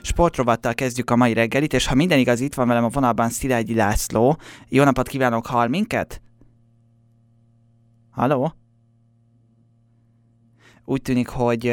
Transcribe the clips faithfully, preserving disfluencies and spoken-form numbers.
Sportrovattal kezdjük a mai reggelit, és ha minden igaz, itt van velem a vonalban Szilágyi László. Jó napot kívánok, hall minket? Halló? Úgy tűnik, hogy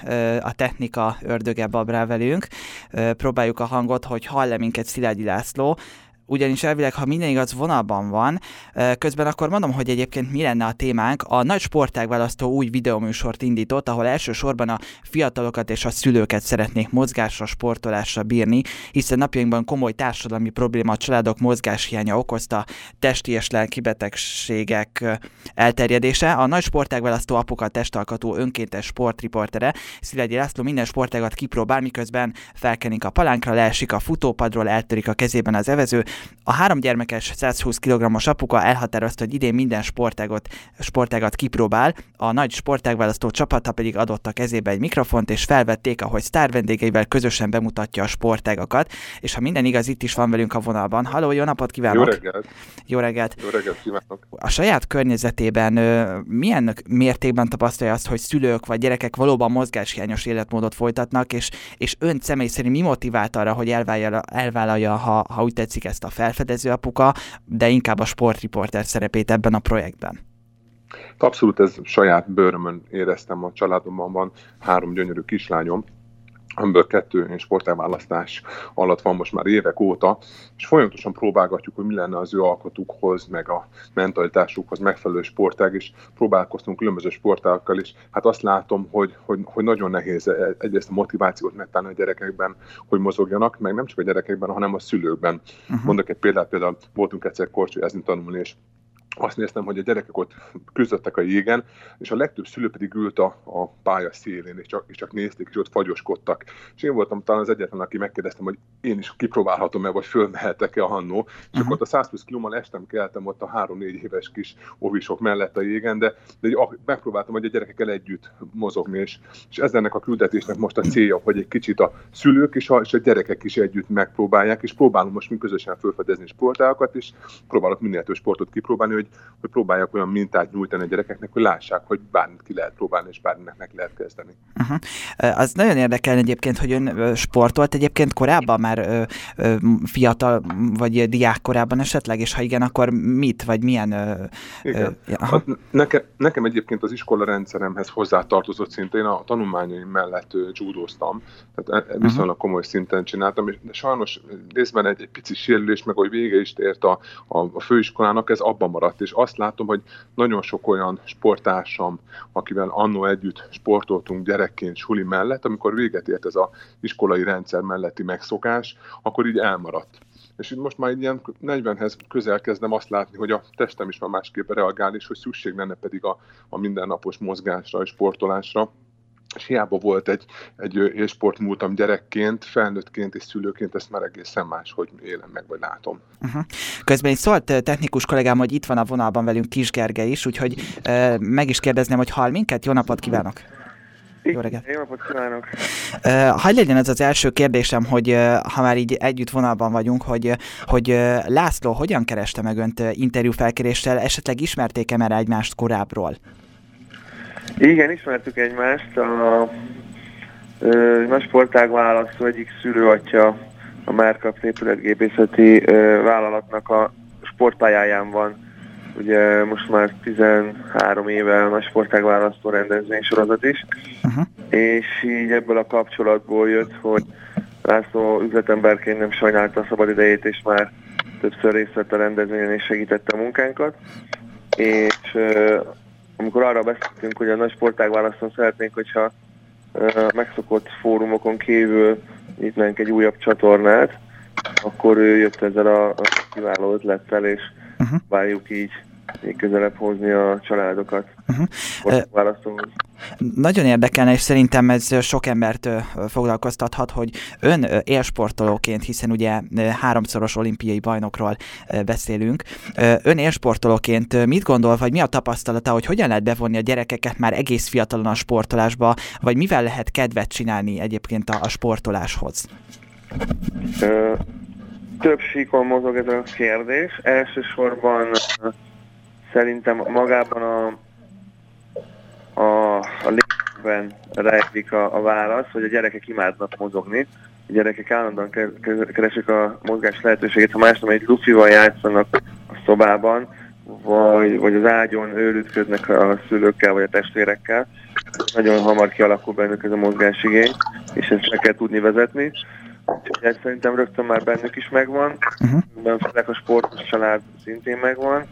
a technika ördöge babrál velünk. Próbáljuk a hangot, hogy hall-e minket Szilágyi László. Ugyanis elvileg, ha minden igaz, vonalban van. Közben akkor mondom, hogy egyébként mi lenne a témánk. A Nagy Sportágválasztó új videóműsort indított, ahol elsősorban a fiatalokat és a szülőket szeretnék mozgásra, sportolásra bírni, hiszen napjainkban komoly társadalmi probléma a családok mozgáshiánya okozta testi és lelki betegségek elterjedése. A Nagy Sportágválasztó apuka testalkatú önkéntes sportriportere Szilágyi László minden sportágat kipróbál, miközben felkenik a palánkra, leesik a futópadról, eltörik a kezében az evező. A három gyermekes százhúsz kilogrammos apuka elhatározta, hogy idén minden sportágot, sportágat kipróbál, a Nagy Sportágválasztó csapata pedig adott a kezébe egy mikrofont, és felvették, ahogy sztár vendégeivel közösen bemutatja a sportágakat. És ha minden igaz, itt is van velünk a vonalban. Halló, jó napot kívánok! Jó reggelt! Jó reggelt! Jó reggelt kívánok! A saját környezetében milyen mértékben tapasztalja azt, hogy szülők vagy gyerekek valóban mozgáshiányos életmódot folytatnak, és, és ön személy szerint mi motivált arra, hogy elvállalja, elvállalja ha, ha úgy tetszik, ezt a felfedező apuka, de inkább a sportriporter szerepét ebben a projektben? Abszolút ez saját bőrömön éreztem, a családomban van három gyönyörű kislányom, amiből kettő én sportágválasztás alatt van most már évek óta, és folyamatosan próbálgatjuk, hogy mi lenne az ő alkotukhoz, meg a mentalitásukhoz megfelelő sportág, és próbálkoztunk különböző sportágokkal, és hát azt látom, hogy, hogy, hogy nagyon nehéz egyrészt a motivációt megtalálni a gyerekekben, hogy mozogjanak, meg nem csak a gyerekekben, hanem a szülőkben. Uh-huh. Mondok egy példát, például voltunk egyszer korcsolyázni tanulni, és azt néztem, hogy a gyerekek ott küzdöttek a jégen, és a legtöbb szülő pedig ült a, a pálya szélén, és csak, és csak nézték, és ott fagyoskodtak. És én voltam talán az egyetlen, aki megkérdeztem, hogy én is kipróbálhatom-e, vagy fölmehetek-e annó. És uh-huh. akkor ott a százhúsz kilómmal estem, keltem ott a három-négy éves kis ovisok mellett a jégen, de, de megpróbáltam, hogy a gyerekekkel együtt mozogni, és, és ez ennek a küldetésnek most a célja, hogy egy kicsit a szülők és a, és a gyerekek is együtt megpróbálják, és próbálom most mi közösen felfedezni sportágokat, és próbálok minél több sportot kipróbálni, hogy, hogy próbálják olyan mintát nyújtani a gyerekeknek, hogy lássák, hogy bármit ki lehet próbálni, és bárminek meg lehet kezdeni. Uh-huh. Az nagyon érdekel egyébként, hogy ön sportolt egyébként korábban már ö, ö, fiatal, vagy diák korában esetleg, és ha igen, akkor mit, vagy milyen... Ö, igen. Ö, hát nekem, nekem egyébként az iskola rendszeremhez hozzátartozott szintén, a tanulmányaim mellett judóztam, tehát viszonylag uh-huh. komoly szinten csináltam, de sajnos részben egy, egy pici sérülés, meg hogy vége is ért a, a, a főiskolának, ez abban maradt, és azt látom, hogy nagyon sok olyan sporttársam, akivel annó együtt sportoltunk gyerekként suli mellett, amikor véget ért ez az iskolai rendszer melletti megszokás, akkor így elmaradt. És itt most már ilyen negyvenhez közel kezdem azt látni, hogy a testem is már másképp reagál, és hogy szükség lenne pedig a, a mindennapos mozgásra és sportolásra. És hiába volt egy, egy élsportmúltam gyerekként, felnőttként és szülőként, ezt már egészen máshogy élem meg, vagy látom. Uh-huh. Közben így szólt technikus kollégám, hogy itt van a vonalban velünk Kis Gergely is, úgyhogy uh, meg is kérdezném, hogy hall minket? Jó napot kívánok! Jó reggelt! Jó napot kívánok! Uh, hadd legyen ez az első kérdésem, hogy uh, ha már így együtt vonalban vagyunk, hogy, hogy uh, László hogyan kereste meg önt uh, interjúfelkéréssel, esetleg ismerték-e már egymást korábbról? Igen, ismertük egymást. A, a Nagy Sportágválasztó egyik szülőatya a Márkap épületgépészeti vállalatnak a sportpályáján van. Ugye most már tizenhárom éve a Nagy Sportágválasztó rendezvénysorozat is. Uh-huh. És így ebből a kapcsolatból jött, hogy László üzletemberként nem sajnálta a szabadidejét, és már többször részt vett a rendezvényen és segítette a munkánkat. És amikor arra beszéltünk, hogy a Nagy Sportágválasztón szeretnénk, hogyha uh, megszokott fórumokon kívül nyitnánk egy újabb csatornát, akkor ő jött ezzel a, a kiváló ötlettel, és uh-huh. várjuk így még közelebb hozni a családokat. Uh-huh. Nagyon érdekelne, és szerintem ez sok embert foglalkoztathat, hogy ön élsportolóként, hiszen ugye háromszoros olimpiai bajnokról beszélünk, ön élsportolóként mit gondol, vagy mi a tapasztalata, hogy hogyan lehet bevonni a gyerekeket már egész fiatalon a sportolásba, vagy mivel lehet kedvet csinálni egyébként a, a sportoláshoz? Ö, több síkon mozog ez a kérdés. Elsősorban szerintem magában a, a, a lényegben rejlik a, a válasz, hogy a gyerekek imádnak mozogni. gyerekek állandóan keresik a mozgás lehetőséget, ha más nem egy lufival játszanak a szobában, vagy, vagy az ágyon őrültködnek a szülőkkel, vagy a testvérekkel. Nagyon hamar kialakul bennük ez a mozgásigény, és ezt meg kell tudni vezetni. Úgyhogy ez szerintem rögtön már bennük is megvan. Uh-huh. Főleg a sportos család szintén megvan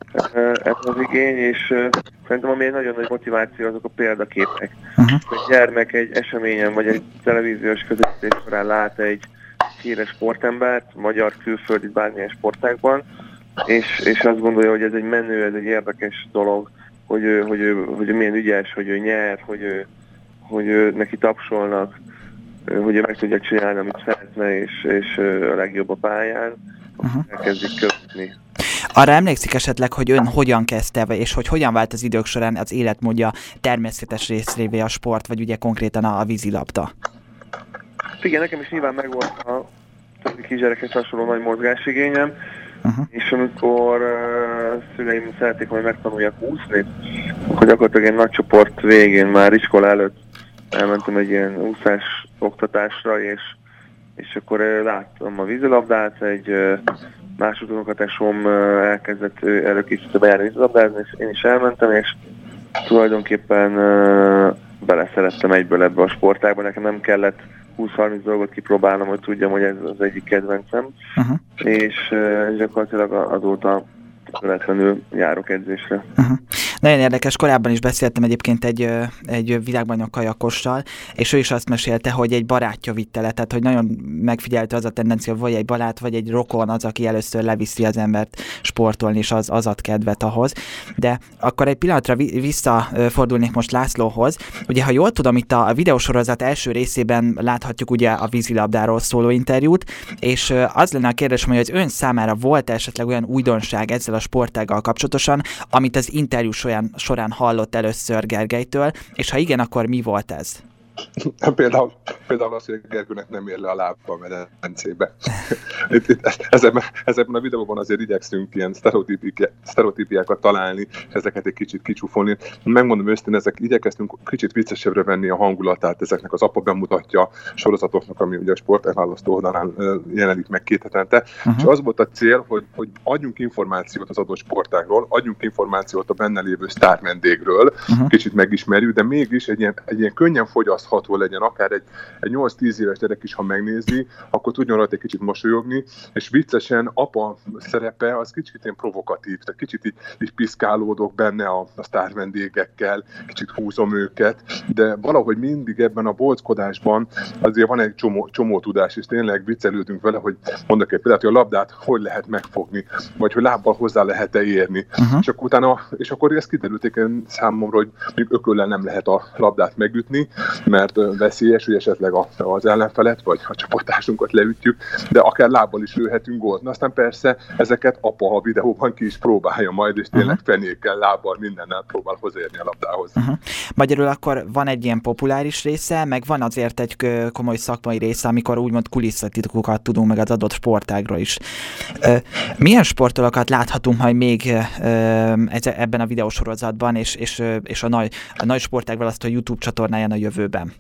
ez az igény, és szerintem ami egy nagyon nagy motiváció, azok a példaképek. Uh-huh. A gyermek egy eseményen, vagy egy televíziós közvetítés során lát egy híres sportembert, magyar, külföldi, bármilyen sportágban, és, és azt gondolja, hogy ez egy menő, ez egy érdekes dolog, hogy ő, hogy ő, hogy ő milyen ügyes, hogy ő nyer, hogy, ő, hogy ő, neki tapsolnak, hogy ő meg tudja csinálni, amit szeretne, és, és a legjobb a pályán, uh-huh. elkezdik követni. Arra emlékszik esetleg, hogy ön hogyan kezdte, és hogy hogyan vált az idők során az életmódja természetes részévé a sport, vagy ugye konkrétan a vízilabda? Igen, nekem is nyilván megvolt a többi kisgyerekhez hasonló nagy mozgásigényem, uh-huh. és amikor uh, szüleim szerették, hogy megtanuljak úszni, akkor gyakorlatilag egy nagy csoport végén, már iskola előtt elmentem egy ilyen úszás oktatásra, és, és akkor uh, láttam a vízilabdát, egy uh, másodunokatásom uh, elkezdett uh, előkészítve bejárni vízilabdázni, és én is elmentem, és tulajdonképpen uh, beleszerettem egyből ebbe a sportágba, nekem nem kellett húsz-harminc dolgot kipróbálnom, hogy tudjam, hogy ez az egyik kedvencem, uh-huh. és uh, gyakorlatilag azóta követlenül járok edzésre. Uh-huh. Nagyon érdekes, korábban is beszéltem egyébként egy, egy világbajnok kajakossal, és ő is azt mesélte, hogy egy barátja vitte le, tehát hogy nagyon megfigyelte az a tendencia, vagy egy barát, vagy egy rokon az, aki először leviszi az embert sportolni, és az, az ad kedvet ahhoz. De akkor egy pillanatra visszafordulnék most Lászlóhoz. Ugye, ha jól tudom, itt a videósorozat első részében láthatjuk ugye a vízilabdáról szóló interjút, és az lenne a kérdés, hogy az ön számára volt esetleg olyan újdonság ezzel a sportággal kapcsolatosan, amit az interjú során, során hallott először Gergelytől, és ha igen, akkor mi volt ez? Például, például az, hogy Gergőnek nem ér le a lába a medencébe. Itt, itt, ezekben, ezekben a videóban azért igyekszünk ilyen sztereotípiákat találni, ezeket egy kicsit kicsúfolni. Megmondom őszintén, ezek igyekeztünk kicsit viccesebbre venni a hangulatát ezeknek az apa bemutatja sorozatoknak, ami ugye a sportelválasztó oldalán jelenik meg két hetente. Uh-huh. És az volt a cél, hogy, hogy adjunk információt az adott sportágról, adjunk információt a benne lévő sztárvendégről, uh-huh. kicsit megismerjük, de mégis egy ilyen, egy ilyen könnyen fogyasztható legyen, akár egy, egy nyolc-tíz éves gyerek is, ha megnézi, akkor tudjon rajta egy kicsit mosolyogni, és viccesen apa szerepe az kicsit ilyen provokatív, tehát kicsit így, így piszkálódok benne a, a sztárvendégekkel, kicsit húzom őket, de valahogy mindig ebben a bolckodásban azért van egy csomó, csomó tudás, és tényleg viccelődünk vele, hogy mondok egy példát, hogy a labdát hogy lehet megfogni, vagy hogy lábbal hozzá lehet-e érni. Uh-huh. És, akkor utána, és akkor ez kiderülték számomra, hogy még ököllel nem lehet a labdát megütni, mert veszélyes, hogy esetleg az ellenfelet, vagy a csapattársunkat leütjük, de akár lábbal is lőhetünk gólt. Na aztán persze ezeket apa a videóban ki is próbálja majd, és tényleg uh-huh. fenékkel, lábbal, mindennel próbál hozzáérni a labdához. Uh-huh. Magyarul akkor van egy ilyen populáris része, meg van azért egy komoly szakmai része, amikor úgymond kulisszatitkokat tudunk meg az adott sportágról is. Milyen sportolókat láthatunk majd még ebben a videósorozatban, és, és, és a nagy, a nagy sportágválasztó YouTube csatornáján a jövőben?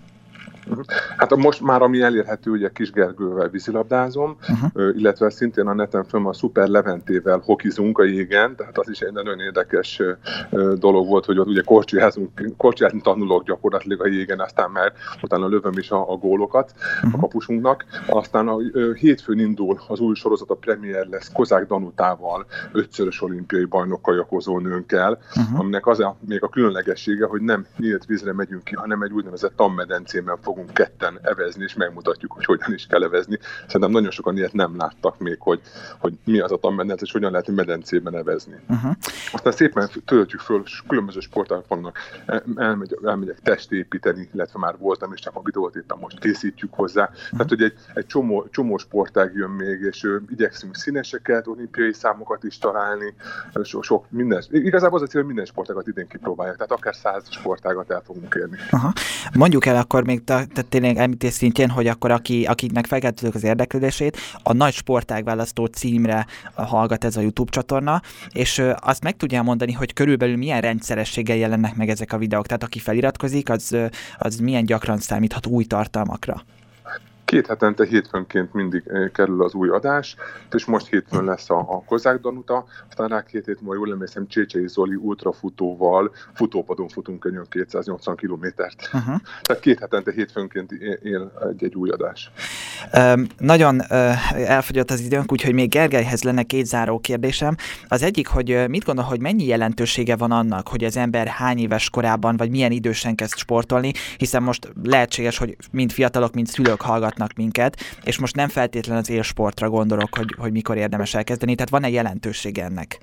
Hát most már ami elérhető, ugye Kis Gergővel vízilabdázom, uh-huh. illetve szintén a neten fönn a Szuper Leventével hokizunk a jégen, tehát az is egy nagyon érdekes dolog volt, hogy ott ugye korcsolyázunk, korcsolyázni tanulok gyakorlatilag a jégen, aztán már utána lövöm is a, a gólokat uh-huh. a kapusunknak. Aztán a hétfőn indul az új sorozat, a premier lesz Kozák Danutával, ötszörös olimpiai bajnok kajakozó nőnkkel, uh-huh. aminek az a, még a különlegessége, hogy nem nyílt vízre megyünk ki, hanem egy úgynevezett tanmedencében fogunk ketten evezni, és megmutatjuk, hogy hogyan is kell evezni. Szerintem nagyon sokan ilyet nem láttak még, hogy, hogy mi az a tanmedence, és hogyan lehet egy medencében evezni. Uh-huh. Aztán szépen töltjük föl, különböző sportok vannak. Elmegyek, elmegyek testépíteni, illetve már voltam, és csak a videót éppen most készítjük hozzá. Uh-huh. Tehát, hogy egy, egy csomó, csomó sportág jön még, és ő, igyekszünk színeseket, olimpiai számokat is találni, so, sok minden. Igazából az a cél, hogy minden sportágat idén kipróbálják, tehát akár száz sportágat el fogunk érni. Uh-huh. Mondjuk el akkor még tehát tényleg említés szintjén, hogy akkor aki, akiknek felkeltődik az érdeklődését, a nagy sportágválasztó címre hallgat ez a YouTube csatorna, és azt meg tudja mondani, hogy körülbelül milyen rendszerességgel jelennek meg ezek a videók, tehát aki feliratkozik, az, az milyen gyakran számíthat új tartalmakra? Két hetente hétfőnként mindig kerül az új adás, és most hétfőn lesz a, a Kozák Danuta, aztán rá két hét múlva, jól emlékszem, Csécsei Zoli ultrafutóval futópadon futunk könyön kétszáznyolcvan kilométert. Uh-huh. Tehát két hetente hétfőnként él egy-egy új adás. Um, nagyon uh, elfogyott az időnk, úgyhogy még Gergelyhez lenne két záró kérdésem. Az egyik, hogy mit gondol, hogy mennyi jelentősége van annak, hogy az ember hány éves korában, vagy milyen idősen kezd sportolni, hiszen most lehetséges, hogy mind fiatalok, mind szülők hallgatnak minket, és most nem feltétlen az élsportra gondolok, hogy, hogy mikor érdemes elkezdeni, tehát van-e jelentősége ennek?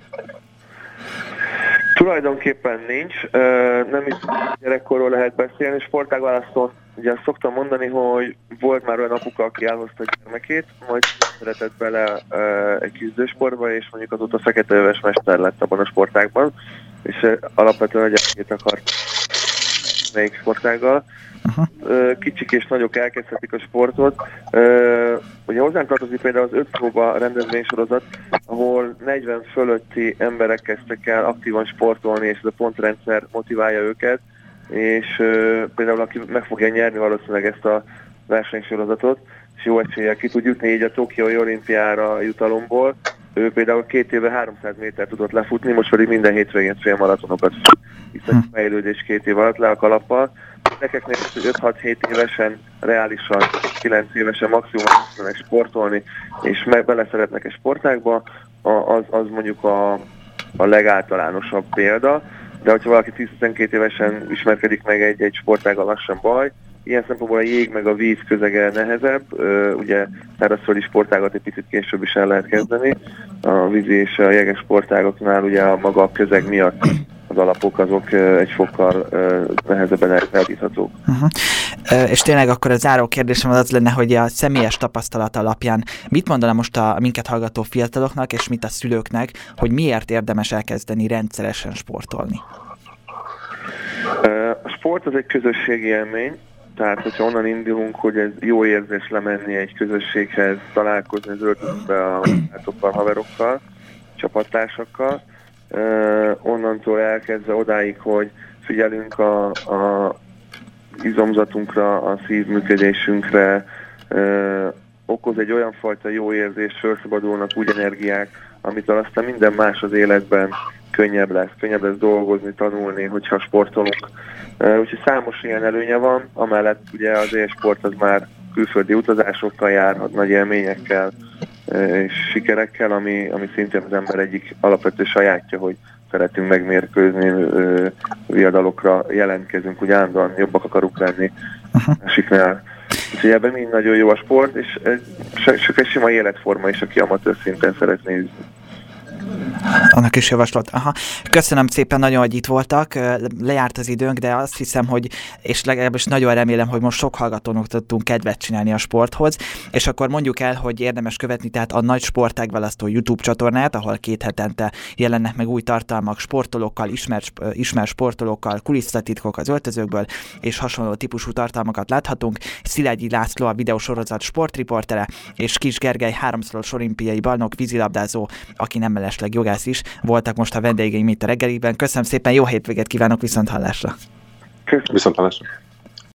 Tulajdonképpen nincs, nem is gyerekkorról lehet beszélni, sportágválasztón ugye azt szoktam mondani, hogy volt már olyan apuka, aki elhozta a gyermekét, majd szeretett bele egy küzdősportba, és mondjuk azóta feketeöves mester lett abban a sportágban, és alapvetően a gyerekét akart melyik sportággal. Uh-huh. Kicsik és nagyok elkezdhetik a sportot. Ugye hozzánk tartozik például az öt próba rendezvénysorozat, ahol negyven fölötti emberek kezdtek el aktívan sportolni, és ez a pontrendszer motiválja őket, és például aki meg fogja nyerni valószínűleg ezt a versenysorozatot, és jó eséllyel ki tud jutni így a Tokiói olimpiára jutalomból. Ő például két éve háromszáz méter tudott lefutni, most pedig minden hétvégén félmaratonokat fut. Itt a fejlődés két év alatt le a kalappal. Gyerekeknél is, hogy öt-hat-hét évesen, reálisan, kilenc évesen maximum tudnak sportolni, és meg bele szeretnek egy sportágba, az, az mondjuk a, a legáltalánosabb példa. De hogyha valaki tíz-tizenkét évesen ismerkedik meg egy, egy sportággal, az sem baj. Ilyen szempontból a jég meg a víz közege nehezebb, ugye szárazföldi sportágat egy picit később is el lehet kezdeni. A vízi és a jeges sportágoknál ugye a maga a közeg miatt az alapok azok egy fokkal nehezebben elindíthatók. Uh-huh. Uh, és tényleg akkor a záró kérdésem az lenne, hogy a személyes tapasztalat alapján mit mondaná most a minket hallgató fiataloknak, és mit a szülőknek, hogy miért érdemes elkezdeni rendszeresen sportolni? Uh, a sport az egy közösségi élmény, tehát hogyha onnan indulunk, hogy ez jó érzés lemenni egy közösséghez, találkozni az öltözőbe a barátokkal, haverokkal, csapattársakkal, Uh, onnantól elkezdve odáig, hogy figyelünk a, a izomzatunkra, a szívműködésünkre, uh, okoz egy olyan fajta jó érzést, felszabadulnak úgy energiák, amitől aztán minden más az életben könnyebb lesz, könnyebb lesz dolgozni, tanulni, hogyha sportolunk. Uh, úgyhogy számos ilyen előnye van, amellett ugye az élsport az már külföldi utazásokkal járhat, nagy élményekkel, és sikerekkel, ami, ami szintén az ember egyik alapvető sajátja, hogy szeretünk megmérkőzni, viadalokra jelentkezünk, úgy állandóan jobbak akarunk lenni másiknál. Úgyhogy ebben mind nagyon jó a sport, és csak egy sima életforma is, aki amatőr szinten szeretné űzni. Annak is javaslat. Aha. Köszönöm szépen nagyon, hogy itt voltak. Lejárt az időnk, de azt hiszem, hogy, és legalábbis nagyon remélem, hogy most sok hallgatónak tudtunk kedvet csinálni a sporthoz, és akkor mondjuk el, hogy érdemes követni tehát a Nagy Sportágválasztó YouTube csatornát, ahol két hetente jelennek meg új tartalmak sportolókkal, ismert, ismert sportolókkal, kulisszatitkok az öltözőkből, és hasonló típusú tartalmakat láthatunk. Szilágyi László a videósorozat sportriportere, és Kis Gergely háromszoros olimpiai bajnok, vízilabdázó, aki nem mellesleg jogász is, voltak most a vendégeim itt a reggeliben. Köszönöm szépen, jó hétvégét kívánok, viszont hallásra! Köszönöm. Viszont hallásra!